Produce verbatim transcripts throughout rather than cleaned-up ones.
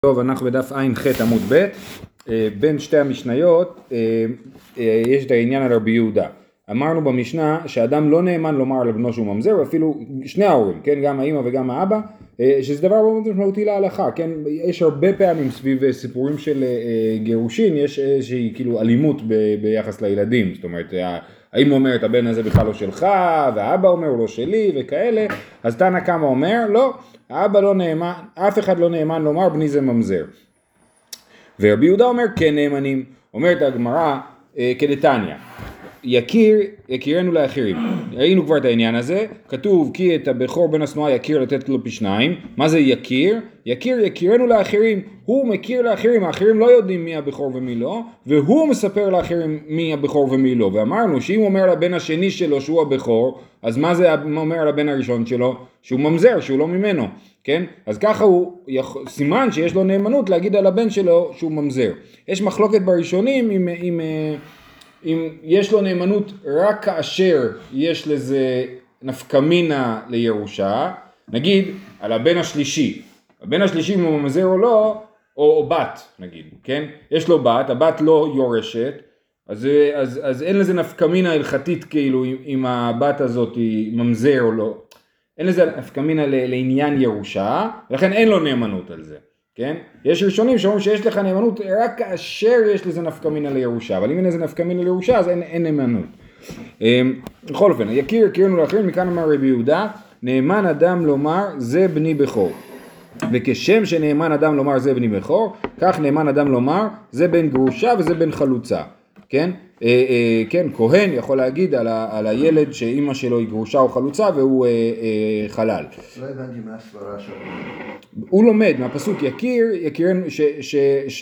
טוב, אנחנו בדף עין ח' עמוד ב', בין שתי המשניות יש את העניין על רבי יהודה. אמרנו במשנה שאדם לא נאמן לומר לבנו שהוא ממזר, ואפילו שני ההורים, כן, גם האמא וגם האבא, שזה דבר מאוד משמעותי להלכה, כן, יש הרבה פעמים סביב סיפורים של גירושין, יש איזושהי כאילו אלימות ב- ביחס לילדים, זאת אומרת, האמא אומרת הבן הזה בכלל לא שלך, והאבא אומר הוא לא שלי וכאלה, אז תנא קמא אומר, לא, האבא לא נאמן, אף אחד לא נאמן לומר בני זה ממזר. ורבי יהודה אומר כן נאמנים, אומרת הגמרא כדתניא, יכיר, יכירנו לאחרים. ראינו כבר את העניין הזה, כתוב כי את הבכור בן השנואה יכיר לתת לו פי שניים. מה זה יכיר? יכיר, יכירנו לאחרים. הוא מכיר לאחרים, האחרים לא יודעים מי הבכור ומי לא, והוא מספר לאחרים מי הבכור ומי לא. ואמרנו שאם הוא אומר לבן השני שלו שהוא הבכור, אז מה זה אומר לבן הראשון שלו? שהוא ממזר, שהוא לא ממנו, כן? אז ככה הוא סימן שיש לו נאמנות להגיד על הבן שלו שהוא ממזר. יש מחלוקת בראשונים עם... עם אם יש לו נאמנות רק כאשר יש לזה נפקמינה לירושה, נגיד על הבן השלישי, הבן השלישי אם הוא ממזר או לא, או, או בת נגיד, כן? יש לו בת, הבת לא יורשת, אז, אז, אז אין לזה נפקמינה הלכתית כאילו אם, אם הבת הזאת היא ממזר או לא, אין לזה נפקמינה לעניין ירושה, ולכן אין לו נאמנות על זה. כן? יש ראשונים שאומרים שיש לך נאמנות רק כאשר יש לזה נפקמינה לירושה, אבל אם אין לזה נפקמינה לירושה אז אין, אין נאמנות. בכל אופן, יכיר, יכירנו לאחרים, מכאן אמר רבי יהודה, נאמן אדם לומר זה בני בכור. וכשם שנאמן אדם לומר זה בני בכור, כך נאמן אדם לומר זה בן גרושה וזה בן חלוצה. כן? אה, אה, כן, כהן יכול להגיד על, ה, על הילד שאימא שלו היא גרושה או חלוצה והוא אה, אה, חלל. לא הבנתי מה הסברה שלו. הוא לומד מהפסוק יכיר, יכירנו, ש, ש,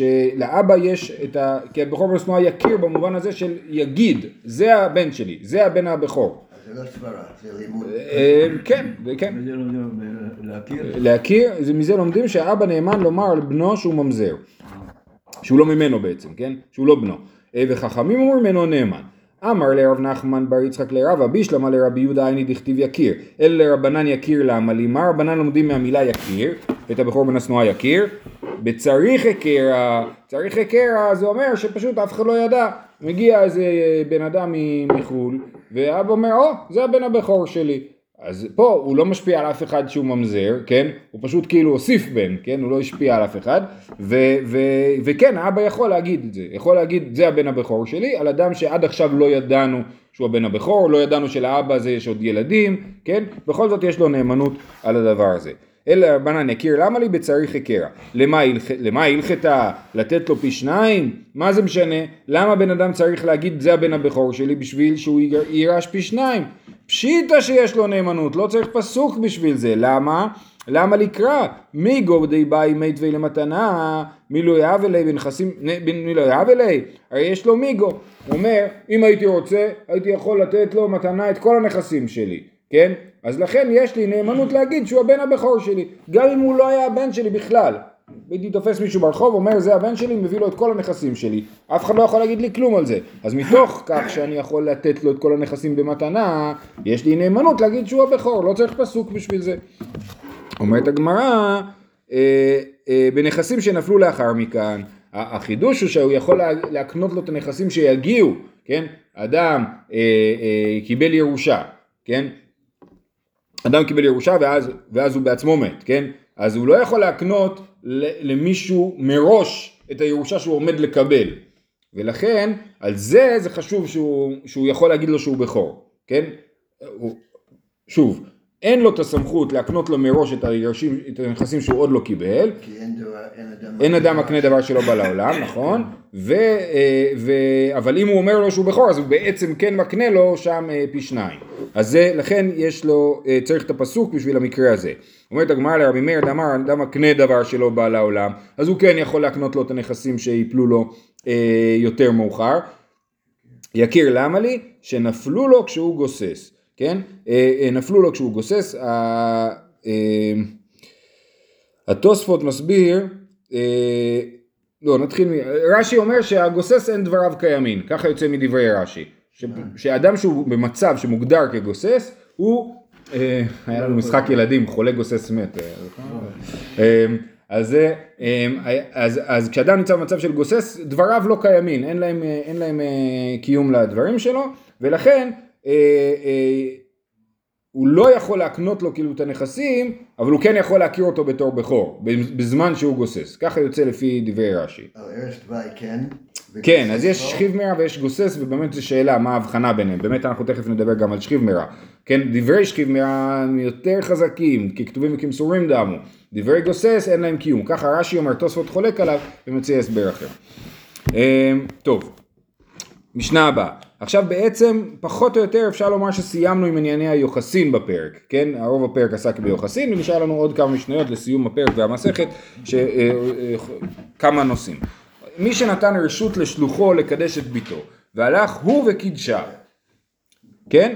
שלאבא יש את ה... כי הבכור בן השנואה יכיר במובן הזה של יגיד, זה הבן שלי, זה הבן הבכור. אז זה לא סברה, זה לימוד. כן, כן. וזה לומדים להכיר? להכיר, מזה לומדים שהאבא נאמן לומר על בנו שהוא ממזר. שהוא לא ממנו בעצם, כן? שהוא לא בנו. וחכמים אומרים ממנו נאמן. אמר לרב נחמן בר יצחק לרב בישלמה לרבי יהודה עיני דכתיב יכיר, אלא לרבנן יכיר למה לי, מה רבנן לומדים מהמילה יכיר, את הבכור בן השנואה יכיר, בצריך הכרה, צריך הכרה זה אומר שפשוט אף אחד לא ידע, מגיע איזה בן אדם מחול, ואבא אומר, או, זה הבן הבכור שלי. אז פה הוא לא משפיע על אף אחד שהוא ממזר, כן? הוא פשוט כאילו הוסיף בן, כן? הוא לא השפיע על אף אחד, ו- ו- וכן, האבא יכול להגיד את זה, יכול להגיד, זה הבן הבכור שלי, על אדם שעד עכשיו לא ידענו שהוא הבן הבכור, לא ידענו שלאבא הזה יש עוד ילדים, כן? בכל זאת יש לו נאמנות על הדבר הזה. אלא רבנן יכיר למה לי בצריך הכרה. למה, למה הלכתה לתת לו פי שניים? מה זה משנה? למה בן אדם צריך להגיד זה הבן הבכור שלי בשביל שהוא יירש פי שניים? פשיטה שיש לו נאמנות, לא צריך פסוק בשביל זה. למה? למה לקרוא? מי גובדי באי מית ולמתנה, מי לא יאהב אלי בנכסים, מי לא יאהב אלי? הרי יש לו מיגו. הוא אומר, אם הייתי רוצה, הייתי יכול לתת לו מתנה את כל הנכסים שלי, כן? אז לכן יש לי נאמנות להגיד שהוא הבן הבכור שלי, גם אם הוא לא היה הבן שלי בכלל. הייתי תופס מישהו ברחוב, אומר זה הבן שלי, מביא לו את כל הנכסים שלי. אף אחד לא יכול להגיד לי כלום על זה. אז מתוך כך שאני יכול לתת לו את כל הנכסים במתנה, יש לי נאמנות להגיד שהוא הבכור, לא צריך פסוק בשביל זה. אומרת הגמרא, אה, אה, בנכסים שנפלו לאחר מכאן, החידוש הוא שהוא יכול להקנות לו את הנכסים שיגיעו, כן? אדם אה, אה, קיבל ירושה, כן? אדם קיבל ירושה ואז, ואז הוא בעצמו מת, כן? אז הוא לא יכול להקנות למישהו מראש את הירושה שהוא עומד לקבל. ולכן, על זה זה חשוב שהוא, שהוא יכול להגיד לו שהוא בכור, כן? הוא, שוב, אין לו את הסמכות להקנות לו מראש את, הירשים, את הנכסים שהוא עוד לא קיבל. כי אין, דבר, אין אדם... אין אדם מקנה דבר שלא בא לעולם, נכון? ו, ו, אבל אם הוא אומר לו שהוא בכור, אז הוא בעצם כן מקנה לו שם פי שניים. אז זה, לכן יש לו, צריך את הפסוק בשביל המקרה הזה. אומרת הגמרא לרבי מאיר דאמר, אדם מקנה דבר שלא בא לעולם, אז הוא כן יכול להקנות לו את הנכסים שיפלו לו אה, יותר מאוחר. יכיר למה לי? שנפלו לו כשהוא גוסס, כן? אה, אה, נפלו לו כשהוא גוסס, אה, אה, התוספות מסביר, אה, לא נתחיל, רש"י אומר שהגוסס אין דבריו קיימים, ככה יוצא מדברי רש"י. שאדם שהוא במצב שמוגדר כגוסס, הוא, היה לנו משחק ילדים, חולה גוסס מת, אז, אז, אז כשאדם נמצא במצב של גוסס, דבריו לא קיימים, אין להם, אין להם קיום לדברים שלו, ולכן אה, אה, הוא לא יכול להקנות לו כאילו את הנכסים, אבל הוא כן יכול להכיר אותו בתור בכור, בזמן שהוא גוסס. ככה יוצא לפי דברי רש"י. על ערש דווי כן? כן, אז יש שכיב מרע ויש גוסס, ובאמת זו שאלה מה ההבחנה ביניהם. באמת אנחנו תכף נדבר גם על שכיב מרע. כן, דברי שכיב מרע הם יותר חזקים, כי כתובים וכמסורים דמו. דברי גוסס אין להם קיום. ככה רש"י אומר, תוספות חולק עליו, ומציע הסבר אחר. טוב, משנה הבאה. עכשיו בעצם פחות או יותר אפשר לומר שסיימנו עם ענייני היוחסין בפרק, כן? הרוב הפרק עסק ביוחסין, ונשאר לנו עוד כמה משניות לסיום הפרק והמסכת, כמה נושאים. מי שנתן רשות לשלוחו לקדש את ביתו, והלך הוא וקידשה, כן?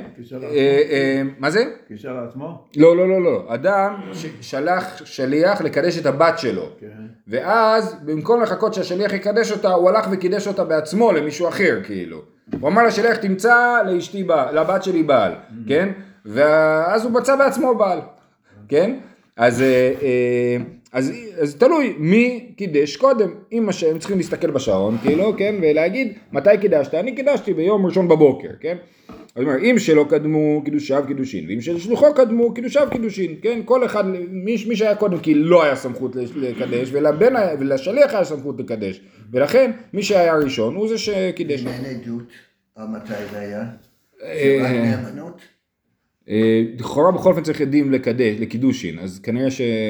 מה זה? קידשה לעצמו? לא, לא, לא, לא. אדם שלח שליח לקדש את הבת שלו, ואז במקום לחכות שהשליח יקדש אותה, הוא הלך וקידש אותה בעצמו למישהו אחר, כאילו. הוא אמר לשליח, תמצא לאשתי בעל, לבת שלי בעל, כן? ואז הוא מצא בעצמו בעל, כן? אז, אז, אז תלוי מי קידש קודם, אם הם צריכים להסתכל בשעון, כאילו, כן? ולהגיד, מתי קידשת? אני קידשתי ביום ראשון בבוקר, כן? זאת אומרת, אם שלא קדמו קידושיו קידושין, ואם שלשלוחו קדמו קידושיו קידושין, כן? כל אחד, מי, מי שהיה קודם, כי לא היה סמכות לקדש, ולבן, ולשליח היה סמכות לקדש, ולכן מי שהיה ראשון הוא זה שקידש. אם אין עדות, על מתי זה היה? זה רק נאמנות? לכאורה בכל אופן צריך עדים לקדש, לקידושין, אז כנראה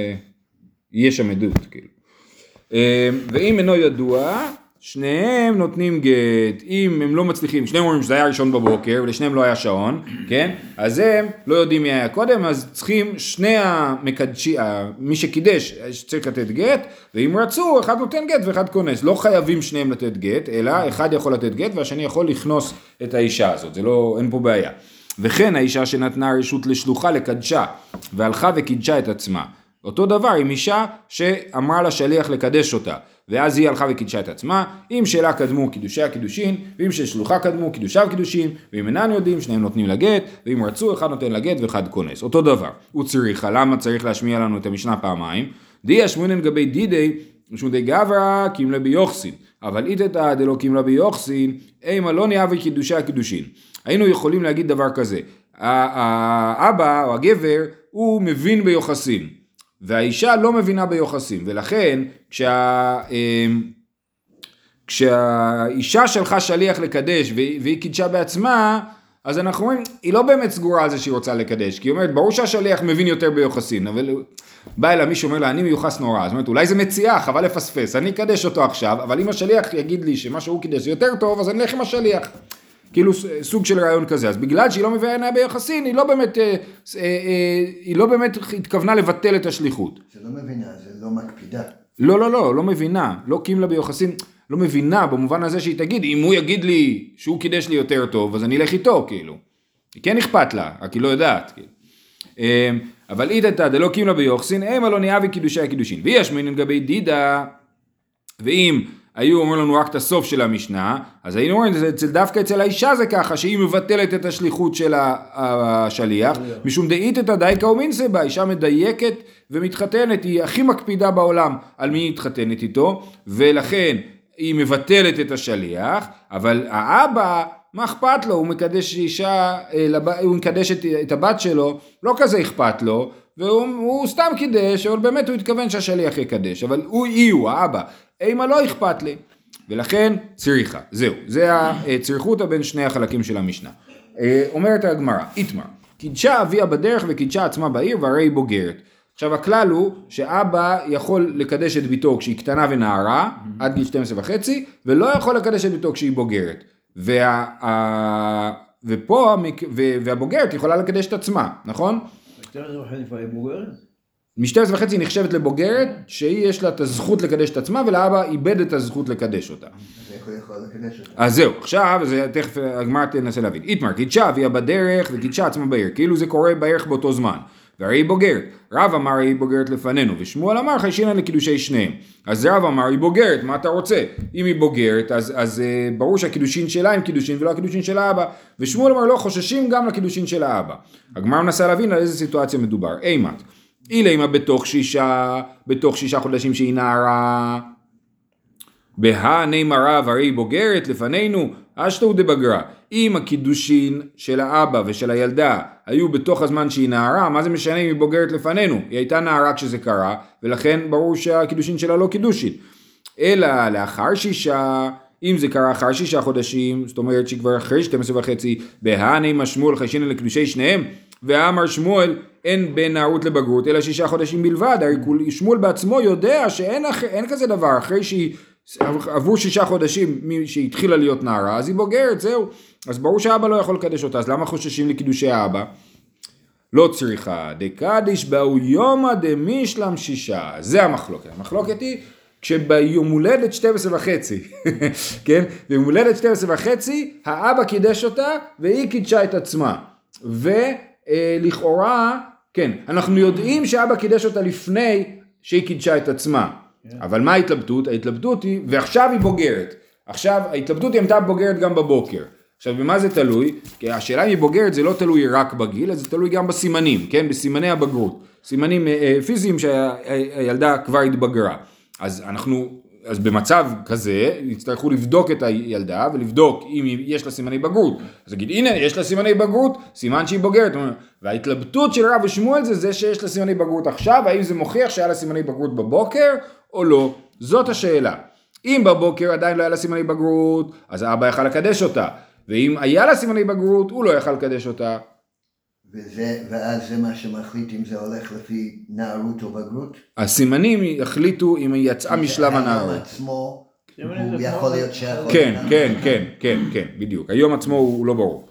שיש שם עדות, כאילו. ואם אינו ידוע, שניהם נותנים גט, אם הם לא מצליחים, שניהם אומרים שזה היה ראשון בבוקר, ולשניהם לא היה שעון, כן? אז הם לא יודעים מי היה קודם, אז צריכים שני המקדשי, מי שקידש, צריך לתת גט, ואם רצו, אחד נותן גט ואחד כונס. לא חייבים שניהם לתת גט, אלא אחד יכול לתת גט, והשני יכול לכנוס את האישה הזאת, זה לא, אין פה בעיה. וכן האישה שנתנה רשות לשלוחה לקדשה, והלכה וקידשה את עצמה. אותו דבר עם אישה שאמרה לשליח לקדש אותה, ואז היא הלכה וקידשה את עצמה, אם שלה קדמו קידושי הקידושין, ואם ששלוחה קדמו קידושיו קידושין, ואם אינן יודעים שניהם נותנים לגט, ואם רצו אחד נותן לגט ואחד כונס. אותו דבר, הוא צריכה, למה צריך להשמיע לנו את המשנה פעמיים? די אשמונן גבי דידי, משום די גברא קימלה ביוחסין, אבל איתתא דלא קימלה ביוחסין, אימה לא נאהבי קידושי הקידושין. היינו יכולים להגיד דבר כזה, האבא או הגבר הוא מבין ביוחסין, והאישה לא מבינה ביוחסים, ולכן כשה, כשהאישה שלחה שליח לקדש והיא קידשה בעצמה, אז אנחנו אומרים, היא לא באמת סגורה על זה שהיא רוצה לקדש, כי היא אומרת, ברור שהשליח מבין יותר ביוחסין, אבל בא אלה מישהו אומר לה, אני מיוחס נורא, זאת אומרת, אולי זה מציאה, חבל לפספס, אני אקדש אותו עכשיו, אבל אם השליח יגיד לי שמה שהוא קידש יותר טוב, אז אני אלך עם השליח. כאילו סוג של רעיון כזה, אז בגלל שהיא לא מבינה ביחסין, היא לא באמת, אה, אה, היא לא באמת התכוונה לבטל את השליחות. זה לא מבינה, זה לא מקפידה. לא, לא, לא, לא מבינה, לא קימלה ביוחסין, לא מבינה במובן הזה שהיא תגיד, אם הוא יגיד לי שהוא קידש לי יותר טוב, אז אני אלך איתו, כאילו. היא כן אכפת לה, רק היא לא יודעת, כאילו. אבל איתתא דלא קימלה ביוחסין, אימה לא נאהבי קידושי הקידושין, ויש מינן גבי דידה, ואם היו אומרים לנו רק את הסוף של המשנה, אז היינו אומרים, דווקא אצל האישה זה ככה, שהיא מבטלת את השליחות של השליח, משום דאית את הדייקה ומינסה בה, האישה מדייקת ומתחתנת, היא הכי מקפידה בעולם על מי התחתנת איתו, ולכן היא מבטלת את השליח, אבל האבא, מה אכפת לו? הוא מקדש אישה, הוא מקדש את הבת שלו, לא כזה אכפת לו, והוא סתם קידש, אבל באמת הוא התכוון שהשליח יקדש, אבל הוא אי הוא, האבא. אימה לא אכפת לי, ולכן צריכה, זהו, זה הצריכות בין שני החלקים של המשנה. אומרת הגמרא, איתמר, קידשה אביה בדרך וקידשה עצמה בעיר והרי בוגרת. עכשיו הכלל הוא שאבא יכול לקדש את ביתו כשהיא קטנה ונערה, עד גיל שתים עשרה וחצי, ולא יכול לקדש את ביתו כשהיא בוגרת. וה... ופה, והבוגרת יכולה לקדש את עצמה, נכון? שתים עשרה וחצי היא בוגרת? מ-שתים עשרה וחצי נחשבת לבוגרת, שהיא יש לה את הזכות לקדש את עצמה, ולאבא איבד את הזכות לקדש אותה. אז איך הוא יכול לקדש אותה? אז זהו, עכשיו, זה תכף הגמרא תנסה להבין. איתמר, קידשה אביה בדרך וקידשה עצמה בעיר, כאילו זה קורה בערך באותו זמן. והרי היא בוגרת. רב אמר היא בוגרת לפנינו, ושמואל אמר חיישינן לקידושי שניהם. אז רב אמר היא בוגרת, מה אתה רוצה? אם היא בוגרת, אז, אז uh, ברור שהקידושין שלה הם קידושין ולא הקידושין של האבא. ושמואל אמר לא, חוששים גם לקידושין של האבא. הגמרא מנסה להבין על איזה סיטואציה מדובר. אימת. אילימה בתוך שישה, בתוך שישה חודשים שהיא נערה. בהה נאמרה והרי בוגרת לפנינו, אשתו דבגרה. אם הקידושין של האבא ושל הילדה היו בתוך הזמן שהיא נערה, מה זה משנה אם היא בוגרת לפנינו? היא הייתה נערה כשזה קרה, ולכן ברור שהקידושין שלה לא קידושין. אלא לאחר שישה, אם זה קרה אחר שישה חודשים, זאת אומרת שכבר אחרי שתים עשרה וחצי, בהה נאמר שמואל חיישין לקדושי שניהם, ואמר שמואל אין בין נערות לבגרות, אלא שישה חודשים בלבד. הרי שמואל בעצמו יודע שאין אין כזה דבר, אחרי שהיא עברו שישה חודשים שהתחילה להיות נערה, אז היא בוגרת, זהו. אז ברור שהאבא לא יכול לקדש אותה, אז למה חוששים לקידושי האבא? לא צריכה, דקדיש באו יומא דמישלם שישה. זה המחלוקת. המחלוקת היא כשביום הולדת שתים עשרה וחצי, כן? ביום הולדת שתים עשרה וחצי, האבא קידש אותה והיא קידשה את עצמה. ולכאורה, כן, אנחנו יודעים שאבא קידש אותה לפני שהיא קידשה את עצמה. אבל מה ההתלבטות? ההתלבטות היא, ועכשיו היא בוגרת. עכשיו, ההתלבטות היא הייתה בוגרת גם בבוקר. עכשיו, במה זה תלוי? כי השאלה אם היא בוגרת זה לא תלוי רק בגיל, זה תלוי גם בסימנים, כן? בסימני הבגרות. סימנים אה, פיזיים שהילדה כבר התבגרה. אז אנחנו, אז במצב כזה, יצטרכו לבדוק את הילדה, ולבדוק אם יש לה סימני בגרות. אז נגיד, הנה, יש לה סימני בגרות, סימן שהיא בוגרת. וההתלבטות של רב ושמואל זה זה שיש לה סימני בגרות עכשיו, האם זה מוכיח שהיה לה סימני בגרות בבוקר, או לא? זאת השאלה. אם בבוקר עדיין לא היה לה סימני בגרות, אז האבא יכל לקדש אותה. ואם היה לה סימני בגרות, הוא לא יכל לקדש אותה. וזה, ואז זה מה שמחליט אם זה הולך לפי נערות או בגרות? הסימנים יחליטו אם היא יצאה משלב הנערות. היום עצמו, הוא יכול להיות שייך. כן, כן, כן, כן, כן, בדיוק. היום עצמו הוא לא ברור.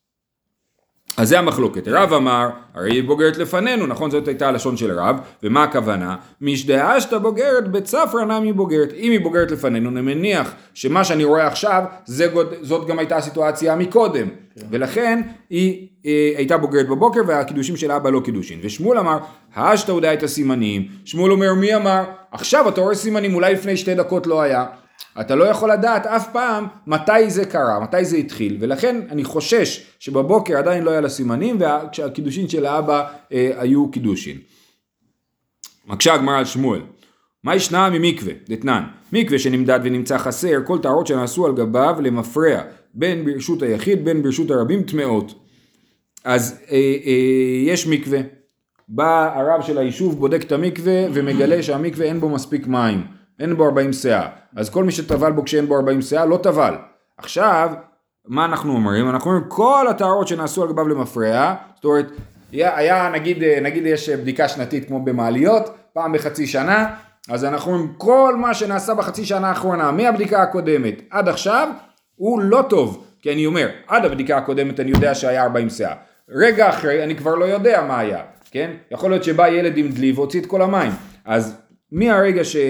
אז זה המחלוקת. רב אמר, הרי היא בוגרת לפנינו, נכון? זאת הייתה הלשון של רב, ומה הכוונה? משדאשת בוגרת בצפרא נמי בוגרת. אם היא בוגרת לפנינו, אני מניח שמה שאני רואה עכשיו, זאת גם הייתה הסיטואציה מקודם. כן. ולכן היא אה, הייתה בוגרת בבוקר, והקידושים של אבא לא קידושין. ושמואל אמר, האשת יודע את הסימנים. שמואל אומר, מי אמר? עכשיו אתה רואה סימנים, אולי לפני שתי דקות לא היה. אתה לא יכול לדעת אף פעם מתי זה קרה, מתי זה התחיל, ולכן אני חושש שבבוקר עדיין לא היה לה סימנים, וכשהקידושין של האבא אה, היו קידושין. מקשה הגמרא על שמואל. מה ישנה ממקווה? דתנן. מקווה שנמדד ונמצא חסר, כל טהרות שנעשו על גביו למפרע, בין ברשות היחיד, בין ברשות הרבים, טמאות. אז אה, אה, יש מקווה. בא הרב של היישוב, בודק את המקווה, ומגלה שהמקווה אין בו מספיק מים. אין בו ארבעים סאה, אז כל מי שטבל בו כשאין בו ארבעים סאה לא טבל. עכשיו, מה אנחנו אומרים? אנחנו אומרים כל הטהרות שנעשו על גביו למפרע, זאת אומרת, היה, היה נגיד, נגיד יש בדיקה שנתית כמו במעליות, פעם בחצי שנה, אז אנחנו אומרים כל מה שנעשה בחצי שנה האחרונה, מהבדיקה הקודמת עד עכשיו, הוא לא טוב, כי אני אומר, עד הבדיקה הקודמת אני יודע שהיה ארבעים סאה, רגע אחרי אני כבר לא יודע מה היה, כן? יכול להיות שבא ילד עם דלי והוציא את כל המים, אז מהרגע ש,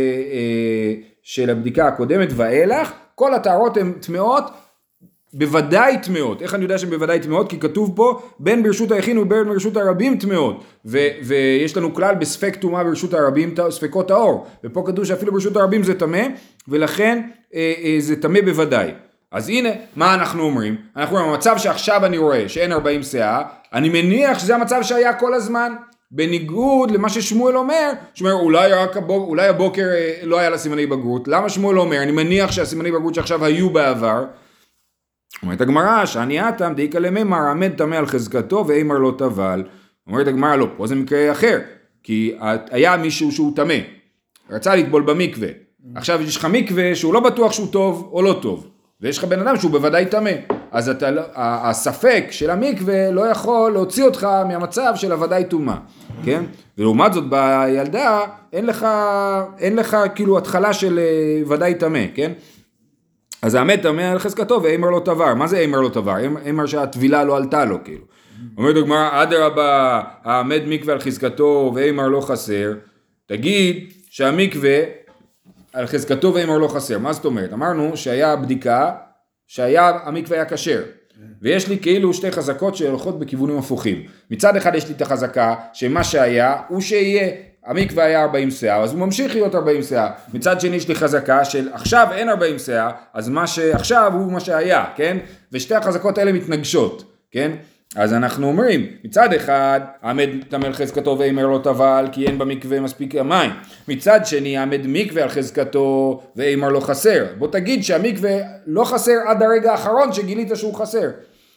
של הבדיקה הקודמת ואילך, כל הטהרות הן טמאות, בוודאי טמאות. איך אני יודע שהן בוודאי טמאות? כי כתוב פה, בין ברשות היחיד ובין ברשות הרבים טמאות. ו, ויש לנו כלל בספק טומאה ברשות הרבים, ספקות טהור. ופה כתוב שאפילו ברשות הרבים זה טמא, ולכן אה, אה, זה טמא בוודאי. אז הנה, מה אנחנו אומרים? אנחנו אומרים, המצב שעכשיו אני רואה שאין ארבעים סאה, אני מניח שזה המצב שהיה כל הזמן. בניגוד למה ששמואל אומר, שמואל אולי, הבוק, אולי הבוקר לא היה לה סימני בגרות, למה שמואל אומר? אני מניח שהסימני בגרות שעכשיו היו בעבר, אומרת הגמרא, שאני אתם דאיקא למימר, עמד טמא על חזקתו ואימר לא טבל, אומרת הגמרא לא, פה זה מקרה אחר, כי היה מישהו שהוא טמא, רצה לטבול במקווה, עכשיו יש לך מקווה שהוא לא בטוח שהוא טוב או לא טוב, ויש לך בן אדם שהוא בוודאי טמא, אז אתה, הספק של המקווה לא יכול להוציא אותך מהמצב של הוודאי טומאה, כן? ולעומת זאת בילדה אין לך, אין לך כאילו התחלה של ודאי טמא, כן? אז העמד טמא על חזקתו ואימר לא טבל, מה זה אימר לא טבל? אימר שהטבילה לא עלתה לו כאילו. אומרת הגמרא, אדרבה, העמד מקווה על חזקתו ואימר לא חסר, תגיד שהמקווה על חזקתו ואימר לא חסר, מה זאת אומרת? אמרנו שהיה בדיקה, שהיה, המקווה היה כשר, ויש לי כאילו שתי חזקות שהולכות בכיוונים הפוכים. מצד אחד יש לי את החזקה שמה שהיה הוא שיהיה, המקווה היה ארבעים סאה, אז הוא ממשיך להיות ארבעים סאה. מצד שני יש לי חזקה של עכשיו אין ארבעים סאה, אז מה שעכשיו הוא מה שהיה, כן? ושתי החזקות האלה מתנגשות, כן? אז אנחנו אומרים, מצד אחד, עמד טמא על חזקתו ואימר לא טבל, כי אין במקווה מספיק המים. מצד שני, עמד מקווה על חזקתו ואימר לא חסר. בוא תגיד שהמקווה לא חסר עד הרגע האחרון שגילית שהוא חסר.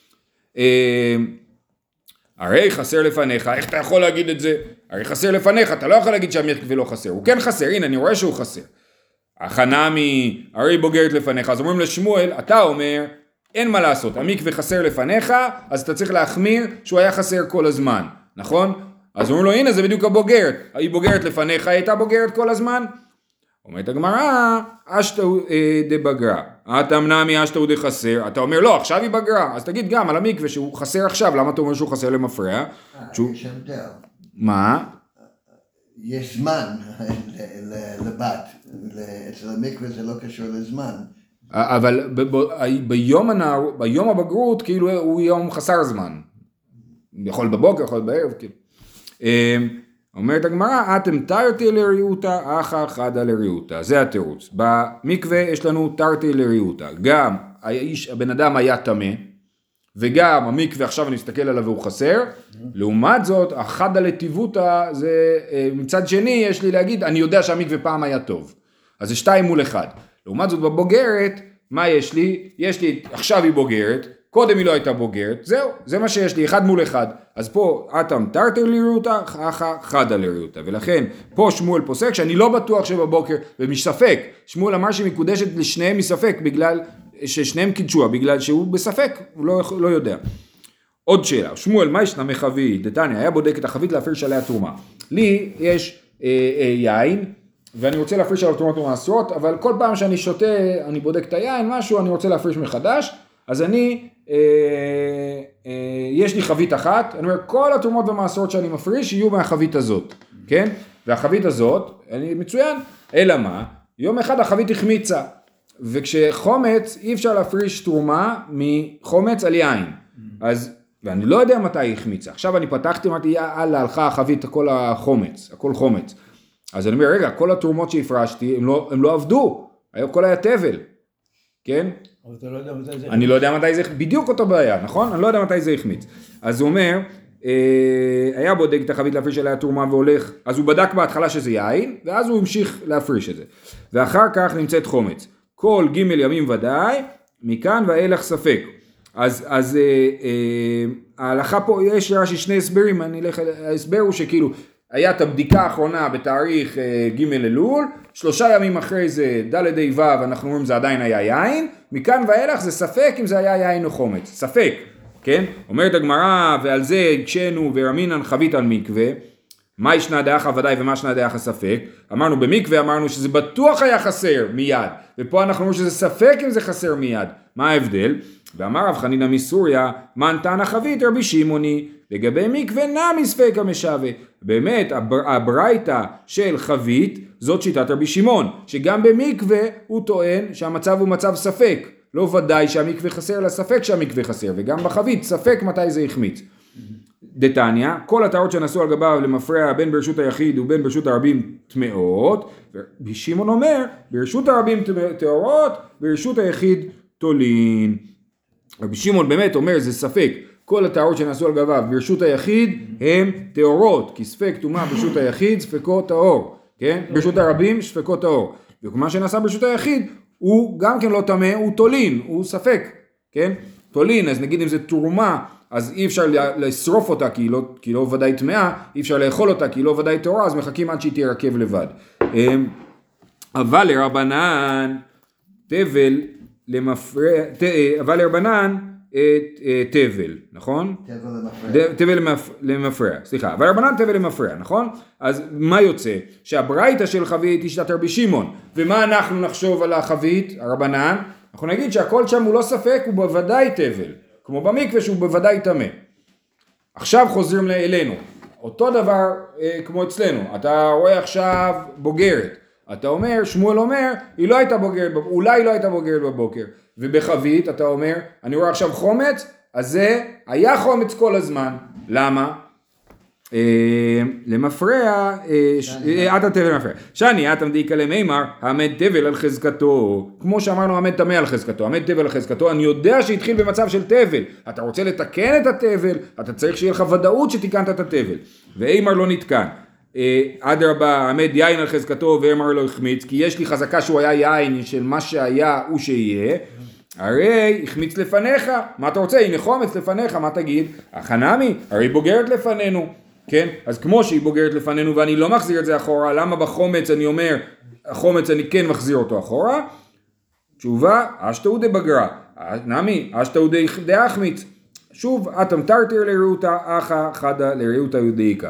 הרי חסר לפניך, איך אתה יכול להגיד את זה? הרי חסר לפניך, אתה לא יכול להגיד שהמקווה לא חסר. הוא כן חסר, הנה אני רואה שהוא חסר. החנמי, הרי בוגרת לפניך, אז אומרים לשמואל, אתה אומר, אין מה לעשות, המקווה חסר לפניך, אז אתה צריך להחמיר שהוא היה חסר כל הזמן, נכון? אז אומרים לו, הנה זה בדיוק הבוגרת, היא בוגרת לפניך, היא הייתה בוגרת כל הזמן? אומרת הגמרא, אשתו דבגרה, אתה מנעמי אשתו דחסר, אתה אומר לא, עכשיו היא בגרה, אז תגיד גם על המקווה שהוא חסר עכשיו, למה אתה אומר שהוא חסר למפרע? יש הבדל. מה? יש זמן לבת, אצל המקווה זה לא קשור לזמן. אבל ביום הנער, ביום הבגרות, כאילו הוא יום חסר זמן. יכול בבוקר, יכול בערב, כאילו. אומרת הגמרא, אתם תרתי לריאותה, אחא חדה לריאותה. זה התירוץ. במקווה יש לנו תרתי לריאותה. גם האיש, הבן אדם היה טמא, וגם המקווה עכשיו אני מסתכל עליו והוא חסר. לעומת זאת, החדה לטיבותה, זה מצד שני, יש לי להגיד, אני יודע שהמקווה פעם היה טוב. אז זה שתיים מול אחד. לעומת זאת בבוגרת, מה יש לי? יש לי, עכשיו היא בוגרת, קודם היא לא הייתה בוגרת, זהו, זה מה שיש לי, אחד מול אחד. אז פה, אתם תרתי לריאותה, אחא חדה לריאותה. ולכן, פה שמואל פוסק, שאני לא בטוח שבבוקר, ומשספק, שמואל אמר שהיא מקודשת לשניהם מספק, בגלל ששניהם קידשוה, בגלל שהוא בספק, הוא לא, לא יודע. עוד שאלה, שמואל, מה ישנה מחבית? דתניא, היה בודק את החבית להפריש עליה תרומה. לי יש אה, אה, יין, ואני רוצה להפריש עליו תרומות ומעשרות, אבל כל פעם שאני שותה, אני בודק את היין, משהו, אני רוצה להפריש מחדש, אז אני, אה, אה, יש לי חבית אחת, אני אומר, כל התרומות ומעשרות שאני מפריש, יהיו מהחבית הזאת, כן? והחבית הזאת, אני מצוין, אלא מה? יום אחד החבית החמיצה, וכשחומץ, אי אפשר להפריש תרומה מחומץ על יין, אז, ואני לא יודע מתי היא החמיצה, עכשיו אני פתחתי, אמרתי, יאללה, הלכה החבית, הכל החומץ, הכל חומץ, אז אני אומר, רגע, כל התרומות שהפרשתי, הם לא, הם לא עבדו, הכל היה תבל, כן? אבל אתה לא יודע מתי זה... אני לא יודע מתי זה, בדיוק אותו בעיה, נכון? אני לא יודע מתי זה החמיץ. אז הוא אומר, אה, היה בודק את החבית להפריש עליה תרומה והולך, אז הוא בדק בהתחלה שזה יין, ואז הוא המשיך להפריש את זה. ואחר כך נמצאת חומץ. כל ג' ימים ודאי, מכאן ואילך ספק. אז, אז אה, אה, ההלכה פה, יש רש"י שני הסברים, אני אלך, ההסבר הוא שכאילו, היה את הבדיקה האחרונה בתאריך ג' אלול, שלושה ימים אחרי זה ד' ו' אנחנו אומרים זה עדיין היה יין, מכאן ואילך זה ספק אם זה היה יין או חומץ, ספק, כן? אומרת הגמרא ועל זה הקשנו ורמינן חבית על מקווה, מה ישנה דאחה ודאי ומה ישנה דאחה ספק, אמרנו במקווה אמרנו שזה בטוח היה חסר מיד, ופה אנחנו אומרים שזה ספק אם זה חסר מיד, מה ההבדל? ואמר רב חנינא מסוריה, מן תנא חבית רבי שמעוני, לגבי מקווה נמי ספקא משווה. באמת הברייתא של חבית זאת שיטת רבי שמעון, שגם במקווה הוא טוען שהמצב הוא מצב ספק, לא ודאי שהמקווה חסר אלא ספק שהמקווה חסר, וגם בחבית ספק מתי זה החמיץ. דתניא, כל הטהרות שנעשו על גביו למפרע בין ברשות היחיד ובין ברשות הרבים טמאות, רבי שמעון אומר ברשות הרבים טהורות, ברשות היחיד תולין. רבי שמעון באמת אומר זה ספק, כל הטהרות שנעשו על גביו ברשות היחיד הם טהורות, כי ספק טומאה ברשות היחיד ספקו טהור, כן? ברשות הרבים ספקו טהור, ומה שנעשה ברשות היחיד הוא גם כן לא טמא, הוא תולין, הוא ספק, כן? תולין, אז נגיד אם זה תרומה, אז אי אפשר לשרוף אותה כי היא לא, כי היא לא ודאי טמאה, אי אפשר לאכול אותה כי היא לא ודאי טהורה, אז מחכים עד שהיא תירקב לבד. אבל לרבנן תבל למפרע, אבל לרבנן תבל, נכון? תבל למפרע, סליחה, אבל רבנן תבל למפרע, נכון? אז מה יוצא? שהברייתא של חבית היא שיטת רבי שמעון, ומה אנחנו נחשוב על החבית, הרבנן? אנחנו נגיד שהכל שם הוא לא ספק, הוא בוודאי תבל, כמו במקווה שהוא בוודאי טמא. עכשיו חוזרים אלינו, אותו דבר אה, כמו אצלנו, אתה רואה עכשיו בוגרת, אתה אומר, שמואל אומר, היא לא הייתה בוגרת, אולי לא הייתה בוגרת בבוקר, ובחבית אתה אומר, אני רואה עכשיו חומץ, אז זה היה חומץ כל הזמן, למה? למפרע, עד התבל למפרע. שני, עד תמדיקה למימר, העמד תבל על חזקתו. כמו שאמרנו, העמד תמה על חזקתו, העמד תבל על חזקתו. אני יודע שהתחיל במצב של תבל. אתה רוצה לתקן את התבל, אתה צריך שיהיה לך ודאות שתיקנת את התבל. ואימר לא נתקן. עד רבה, העמד יין על חזקתו, ואימר לא החמיץ, כי יש לי חזקה שהוא היה יין של מה שהיה הוא שיהיה. הרי החמיץ לפניך, מה אתה רוצה? הנה חומץ לפניך, מה תגיד? החנמי, הרי בוגרת לפנינו. כן? אז כמו שהיא בוגרת לפנינו ואני לא מחזיר את זה אחורה, למה בחומץ אני אומר, החומץ אני כן מחזיר אותו אחורה? תשובה, אשתאו דבגרה, נמי, אשתאו דאחמיץ. שוב, אתם תרתיר לרעותה, אחא חדה לרעותה יודעיקה.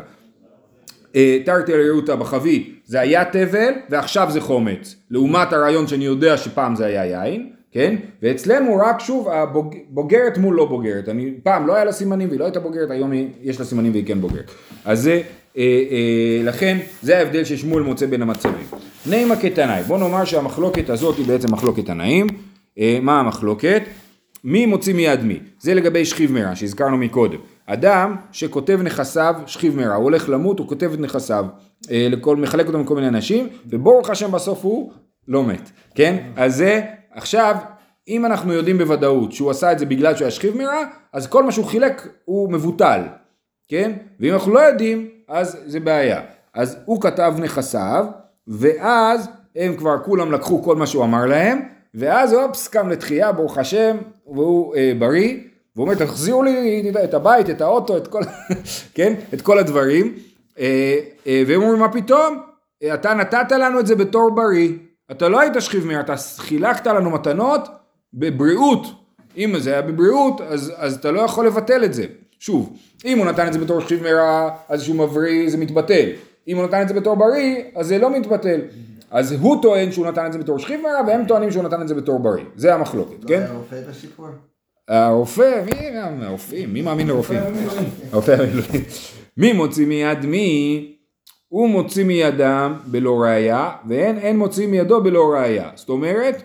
תרתיר לרעותה בחבית, זה היה תבל ועכשיו זה חומץ. לעומת הרעיון שאני יודע שפעם זה היה יין, כן? ואצלנו רק שוב הבוגרת מול לא בוגרת, אני פעם לא היה לה סימנים והיא לא הייתה בוגרת, היום יש לה סימנים והיא כן בוגרת. אז זה, אה, אה, לכן זה ההבדל ששמואל מוצא בין המצבים. נימה כתנאי, בוא נאמר שהמחלוקת הזאת היא בעצם מחלוקת תנאים. אה, מה המחלוקת? מי מוציא מיד מי? זה לגבי שכיב מרע שהזכרנו מקודם. אדם שכותב נכסיו שכיב מרע, הוא הולך למות, הוא כותב את נכסיו, אה, לכל, מחלק אותם לכל מיני אנשים, וברוך השם בסוף הוא לא מת, כן? אז זה עכשיו, אם אנחנו יודעים בוודאות שהוא עשה את זה בגלל שהוא היה שכיב מרע, אז כל מה שהוא חילק הוא מבוטל, כן? ואם אנחנו לא יודעים, אז זה בעיה. אז הוא כתב נכסיו, ואז הם כבר כולם לקחו כל מה שהוא אמר להם, ואז הוא פסקם לתחייה, ברוך השם, והוא אה, בריא, והוא אומר, תחזירו לי את הבית, את האוטו, את כל, כן? את כל הדברים, אה, אה, והם אומרים, מה פתאום? אתה נתת לנו את זה בתור בריא, אתה לא היית שכיב מרע, אתה חילקת לנו מתנות בבריאות. אם זה היה בבריאות, אז, אז אתה לא יכול לבטל את זה. שוב, אם הוא נתן את זה בתור שכיב מרע, אז שהוא מבריא, זה מתבטל. אם הוא נתן את זה בתור בריא, אז זה לא מתבטל. אז הוא טוען שהוא נתן את זה בתור שכיב מרע, והם טוענים שהוא נתן את זה בתור בריא. זה המחלוקת, כן? לא היה רופא בסיפור? הרופא, מי הרופאים? מי מאמין לרופאים? הרופא המילואים. מי מוציא מיד מי? הוא מוציא מידם בלא ראיה, ואין אין מוציא מידו בלא ראיה. זאת אומרת,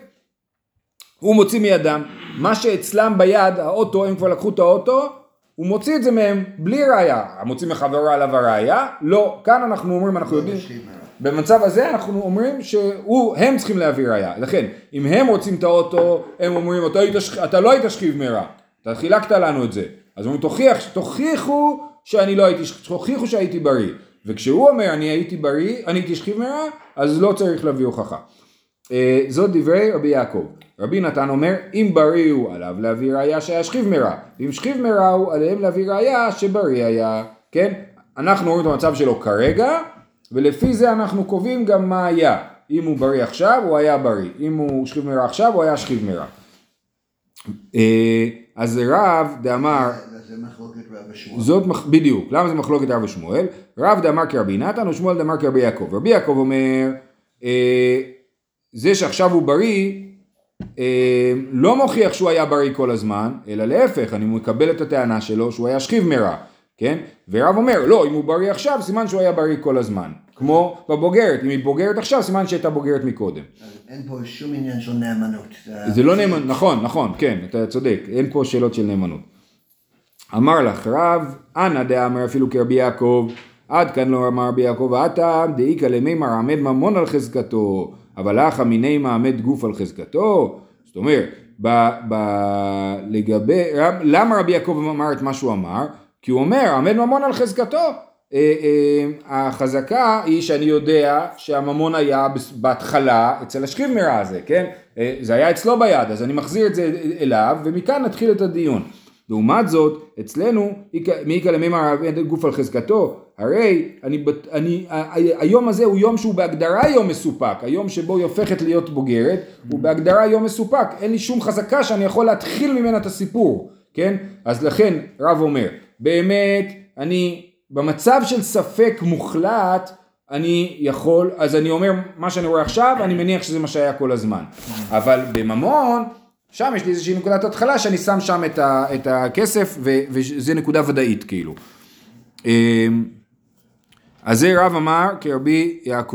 הוא מוציא מידם, מה שאצלם ביד, האוטו, הם כבר לקחו את האוטו, הוא מוציא את זה מהם בלי ראיה. המוציא מחברו עליו הראיה? לא. כאן אנחנו אומרים, אנחנו יודעים, במצב הזה אנחנו אומרים שהם צריכים להביא ראיה. לכן, אם הם רוצים את האוטו, הם אומרים, אתה, היית, אתה לא היית שכיב מרע, אתה חילקת לנו את זה. אז אומרים, תוכיח, תוכיחו שאני לא הייתי, תוכיחו שהייתי בריא. וכשהוא אומר אני הייתי בריא, אני הייתי שכיב מרע, אז לא צריך להביא הוכחה. אה, זאת דברי רבי יעקב. רבי נתן אומר, אם בריא הוא עליו להביא ראיה שהיה שכיב מרע, ואם שכיב מרע הוא עליהם להביא ראיה שבריא היה, כן? אנחנו רואים את המצב שלו כרגע, ולפי זה אנחנו קובעים גם מה היה. אם הוא בריא עכשיו, הוא היה בריא. אם הוא שכיב מרע עכשיו, הוא היה שכיב מרע. אה, אז רב דאמר, זה מחלוקת רב ושמואל. זאת בדיוק, למה זה מחלוקת רב ושמואל? רב דאמר כרבי נתן ושמואל דאמר כרבי יעקב. רבי יעקב אומר, אה, זה שעכשיו הוא בריא, אה, לא מוכיח שהוא היה בריא כל הזמן, אלא להפך, אני מקבל את הטענה שלו שהוא היה שכיב מרע, כן? ורב אומר, לא, אם הוא בריא עכשיו, סימן שהוא היה בריא כל הזמן. כמו בבוגרת, אם היא בוגרת עכשיו, סימן שהייתה בוגרת מקודם. אין פה שום עניין של נאמנות. זה לא נאמנות, נכון, נכון, כן, אתה צודק, אין פה שאלות של נאמנות. אמר לך רב, אנא דאמר אפילו כרבי יעקב, עד כאן לא אמר רבי יעקב, הטעם דאיקא למימר עמד ממון על חזקתו, אבל אחא מיני מעמד גוף על חזקתו. זאת אומרת, ב, ב, לגבי, למה רבי יעקב אמר את מה שהוא אמר? כי הוא אומר, עמד ממון על חזקתו. אה, אה, החזקה היא שאני יודע שהממון היה בהתחלה אצל השכיב מרע הזה, כן? אה, זה היה אצלו ביד, אז אני מחזיר את זה אליו, ומכאן נתחיל את הדיון. לעומת זאת, אצלנו, מאיקא למימר גוף על חזקתו, הרי אני, אני, היום הזה הוא יום שהוא בהגדרה יום מסופק, היום שבו היא הופכת להיות בוגרת, הוא בהגדרה יום מסופק, אין לי שום חזקה שאני יכול להתחיל ממנה את הסיפור, כן? אז לכן רב אומר, באמת, אני במצב של ספק מוחלט, אני יכול, אז אני אומר, מה שאני רואה עכשיו, אני מניח שזה מה שהיה כל הזמן, אבל בממון, שם יש לי איזושהי נקודת התחלה שאני שם שם את, ה, את הכסף ו, וזה נקודה ודאית כאילו. אז זה רב אמר כרבי יעקב.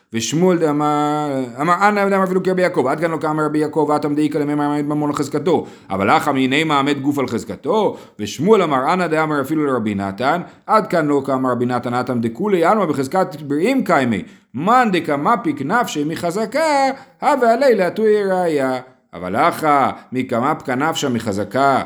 ושמואל דאמר, אמר אנא דאמר אפילו כרבי יעקב, עד כאן לא כאמר רבי יעקב, ואתם דאיקה למי מעמד ממון לחזקתו, אבל אחא מיני מעמד גוף על חזקתו, ושמואל אמר אנא דאמר אפילו לרבי נתן, עד כאן לא כאמר רבי נתן, אתם דכולי עלמא בחזקת בריאים קיימי, מאן דקמפיק נפשי מחזקה, הווה עלי להטוי ראיה, אבל אחא מקמפקה נפשה מחזקה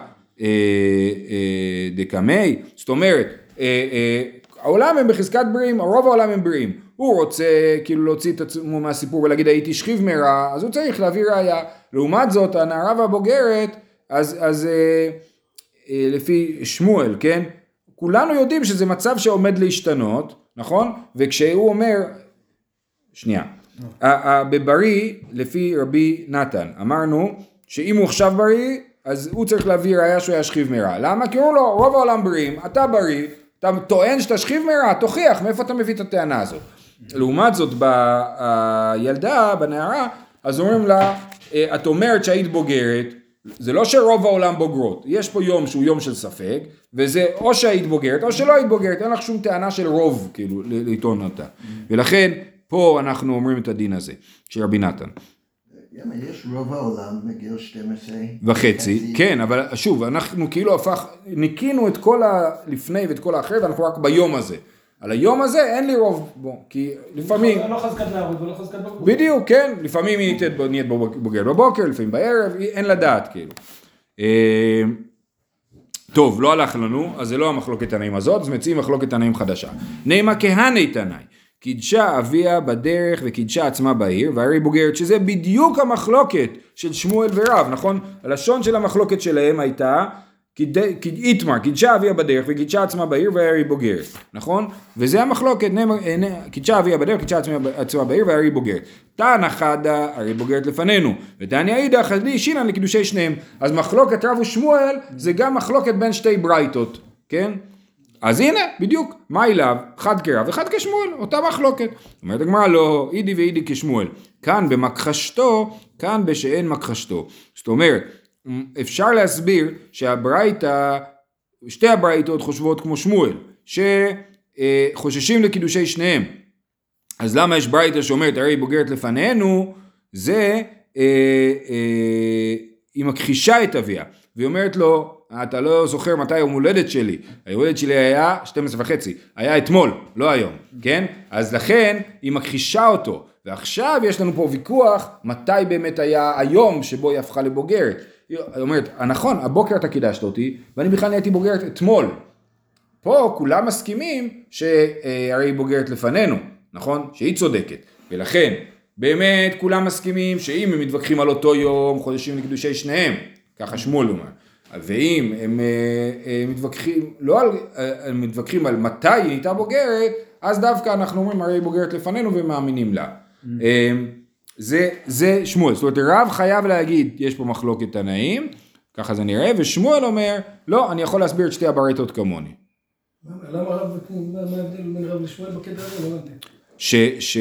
דקמי, זאת אומרת, העולם הם בחזקת בריאים, הרוב העולם הם בריאים, הוא רוצה כאילו להוציא את עצמו מהסיפור ולהגיד הייתי שכיב מרע, אז הוא צריך להביא ראיה, לעומת זאת הנערה והבוגרת, אז, אז אה, אה, לפי שמואל, כן, כולנו יודעים שזה מצב שעומד להשתנות, נכון? וכשהוא אומר, שנייה, בבריא לפי רבי נתן, אמרנו שאם הוא עכשיו בריא, אז הוא צריך להביא ראיה שהוא היה שכיב מרע, למה? כי הוא לא, רוב העולם בריאים, אתה בריא, אתה טוען שאתה שכיב מרע, תוכיח, מאיפה אתה מביא את הטענה הזאת? לעומת זאת, בילדה, בנערה, אז אומרים לה, את אומרת שהיית בוגרת, זה לא שרוב העולם בוגרות, יש פה יום שהוא יום של ספק, וזה או שהיית בוגרת, או שלא היית בוגרת, אין לך שום טענה של רוב, כאילו, לטעון אותה. ולכן, פה אנחנו אומרים את הדין הזה, של רבי נתן. יש רוב העולם בגיל שתים עשרה וחצי, כן, אבל שוב, אנחנו כאילו הפך, ניקינו את כל הלפני ואת כל האחר, ואנחנו רק ביום הזה. על היום הזה אין לי רוב בו, כי לפעמים... לא חזקת נערות ולא חזקת בגרות. בדיוק, כן, לפעמים היא נהיית בוגרת בבוקר, לפעמים בערב, אין לדעת, כאילו. טוב, לא הלך לנו, אז זה לא המחלוקת תנאים הזאת, אז מציעים מחלוקת תנאים חדשה. נעימה כהני תנאי. קידשה אביה בדרך וקידשה עצמה בעיר, והרי בוגרת, שזה בדיוק המחלוקת של שמואל ורב, נכון? הלשון של המחלוקת שלהם הייתה, איתמר, קידשה אביה בדרך וקידשה עצמה בעיר, והרי בוגרת, נכון? וזה המחלוקת, קידשה אביה בדרך, קידשה עצמה בעיר, והרי בוגרת. תנא חדא, הרי בוגרת לפנינו, ותניא אידך, חדלי שינן לקידושי שניהם. אז מחלוקת רב ושמואל, זה גם מחלוקת בין שתי ברייתות, כן? אז הנה, בדיוק, מה אליו? חד כרב וחד כשמואל, אותה מחלוקת. אומרת הגמרא, לא, אידי ואידי כשמואל. כאן במכחשתו, כאן בשאין מכחשתו. זאת אומרת, אפשר להסביר שהברייתא, שתי הברייתות חושבות כמו שמואל, שחוששים לקידושי שניהם. אז למה יש ברייתא שאומרת, הרי בוגרת לפנינו, זה, אה, אה, היא מכחישה את אביה, והיא אומרת לו, אתה לא זוכר מתי יום הולדת שלי, ההולדת שלי היה שתים עשרה וחצי, היה אתמול, לא היום, כן? אז לכן היא מכחישה אותו, ועכשיו יש לנו פה ויכוח, מתי באמת היה היום שבו היא הפכה לבוגרת. היא אומרת, נכון, הבוקר אתה קידשת אותי, ואני בכלל נהייתי בוגרת אתמול. פה כולם מסכימים שהרי היא בוגרת לפנינו, נכון? שהיא צודקת, ולכן באמת כולם מסכימים שאם הם מתווכחים על אותו יום, חודשים לקדושי שניהם, ככה שמואל אומר. ואם הם, הם מתווכחים, לא על, הם מתווכחים על מתי היא הייתה בוגרת, אז דווקא אנחנו אומרים, הרי היא בוגרת לפנינו ומאמינים לה. Mm-hmm. זה, זה שמואל, זאת אומרת, רב חייב להגיד, יש פה מחלוקת תנאים, ככה זה נראה, ושמואל אומר, לא, אני יכול להסביר את שתי הברייתות כמוני. למה רב, מה ההבדל בין רב לשמואל בקטע הזה? לא הבנתי. ש, ש,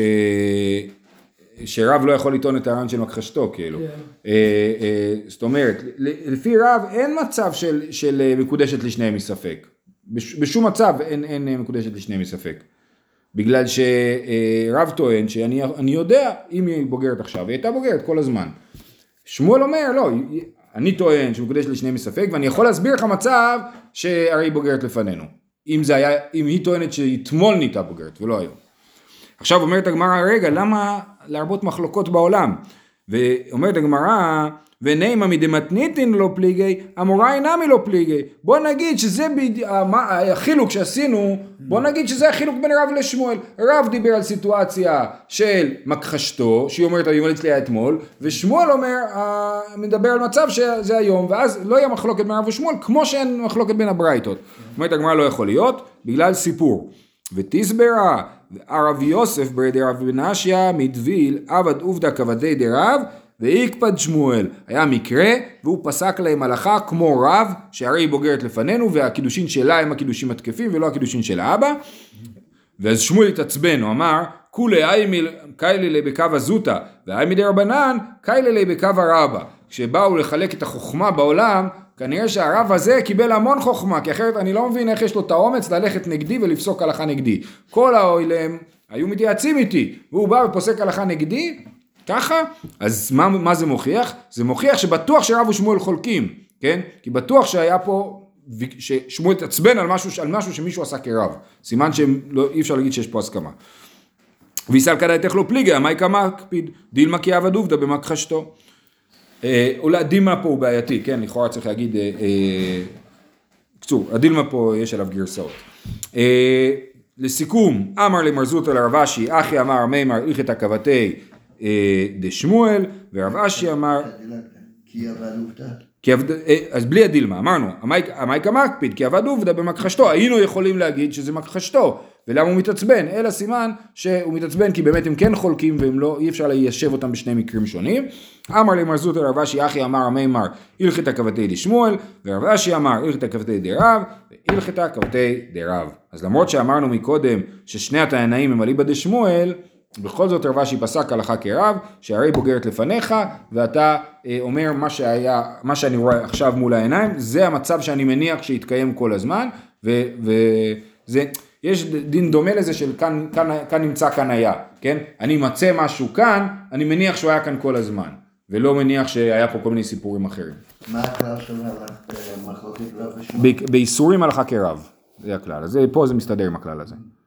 שרב לא יכול לטעון את הרעיון של מכחשתו, כאילו. Yeah. זאת אומרת, לפי רב אין מצב של, של מקודשת לשניהם מספק. בשום מצב אין, אין מקודשת לשניהם מספק. בגלל שרב טוען שאני אני יודע אם היא בוגרת עכשיו, היא הייתה בוגרת כל הזמן. שמואל אומר, לא, אני טוען שמקודשת לשניהם מספק, ואני יכול להסביר לך מצב שהרי היא בוגרת לפנינו. אם זה היה, אם היא טוענת שהיא תמול נהייתה בוגרת ולא היום. עכשיו אומרת הגמרא, רגע, למה להרבות מחלוקות בעולם? ואומרת הגמרא, ונאמא מדמתניתין לא פליגי, אמורה אינמי לא פליגי. בוא נגיד שזה החילוק שעשינו, בוא נגיד שזה החילוק בין רב לשמואל. רב דיבר על סיטואציה של מכחשתו, שהיא אומרת, היום אצלי היה אתמול, ושמואל אומר, מדבר על מצב שזה היום, ואז לא יהיה מחלוקת בין רב ושמואל, כמו שאין מחלוקת בין הברייתות. אומרת הגמרא, לא יכול להיות, בגלל סיפור. ותסברה, הרב יוסף ברדי רב בנשיה מדביל עבד עובדה כבדי דרב ויקפד שמואל. היה מקרה והוא פסק להם הלכה כמו רב שהרי היא בוגרת לפנינו והקידושין שלה הם הקידושים התקפים ולא הקידושין של האבא. ואז שמואל התעצבן, הוא אמר כולי קיילי לי בקו הזוטה והי מדי רבנן קיילי לי בקו הרבה. כשבאו לחלק את החוכמה בעולם כנראה שהרב הזה קיבל המון חוכמה, כי אחרת אני לא מבין איך יש לו את האומץ ללכת נגדי ולפסוק הלכה נגדי. כל האוילם היו מתייעצים איתי, והוא בא ופוסק הלכה נגדי, ככה, אז מה, מה זה מוכיח? זה מוכיח שבטוח שרב ושמואל חולקים, כן? כי בטוח שהיה פה, ששמואל תעצבן על משהו, על משהו שמישהו עשה כרב, סימן שאי אפשר להגיד שיש פה הסכמה. ויסל כדאי תכלו פליגה, מה יקמה הקפיד? דילמה כי עבד עובדה במכחשתו. אולי הדילמה פה הוא בעייתי, כן? לכאורה צריך להגיד, קצור, הדילמה פה יש עליו גרסאות. לסיכום, אמר למרזות על הרב אשי, אחי אמר מימר הלכת הכבתי דשמואל, ורב אשי אמר... כי עבד עובדה. אז בלי הדילמה, אמרנו, המאיקה מקפיד, כי עבד עובדה במכחשתו, היינו יכולים להגיד שזה מכחשתו, ולמה הוא מתעצבן? אלא סימן שהוא מתעצבן כי באמת הם כן חולקים, והם לא, אי אפשר ליישב אותם בשני מקרים שונים. אמר למרזות על רב אשי, אחי אמר המימר הלכת הכבתי דשמואל, ורב אשי אמר הלכת הכבתי דרב, והלכת הכבתי דרב. אז למרות שאמרנו מקודם ששני התנאים הם אליבא דשמואל, בכל זאת רב אשי פסק הלכה כרב, שהרי בוגרת לפניך, ואתה אה, אומר מה שהיה, מה שאני רואה עכשיו מול העיניים, זה המצב שאני מניח שיתקיים כל הזמן, וזה, יש דין דומה לזה של כאן, כאן, כאן נמצא כאן היה, כן? אני מצא משהו כאן, אני מניח שהוא היה כאן כל הזמן, ולא מניח שהיה פה כל מיני סיפורים אחרים. מה הכלל של מחלוקת רב ושמואל? באיסורים הלכה כרב, זה הכלל, אז פה זה מסתדר עם הכלל הזה.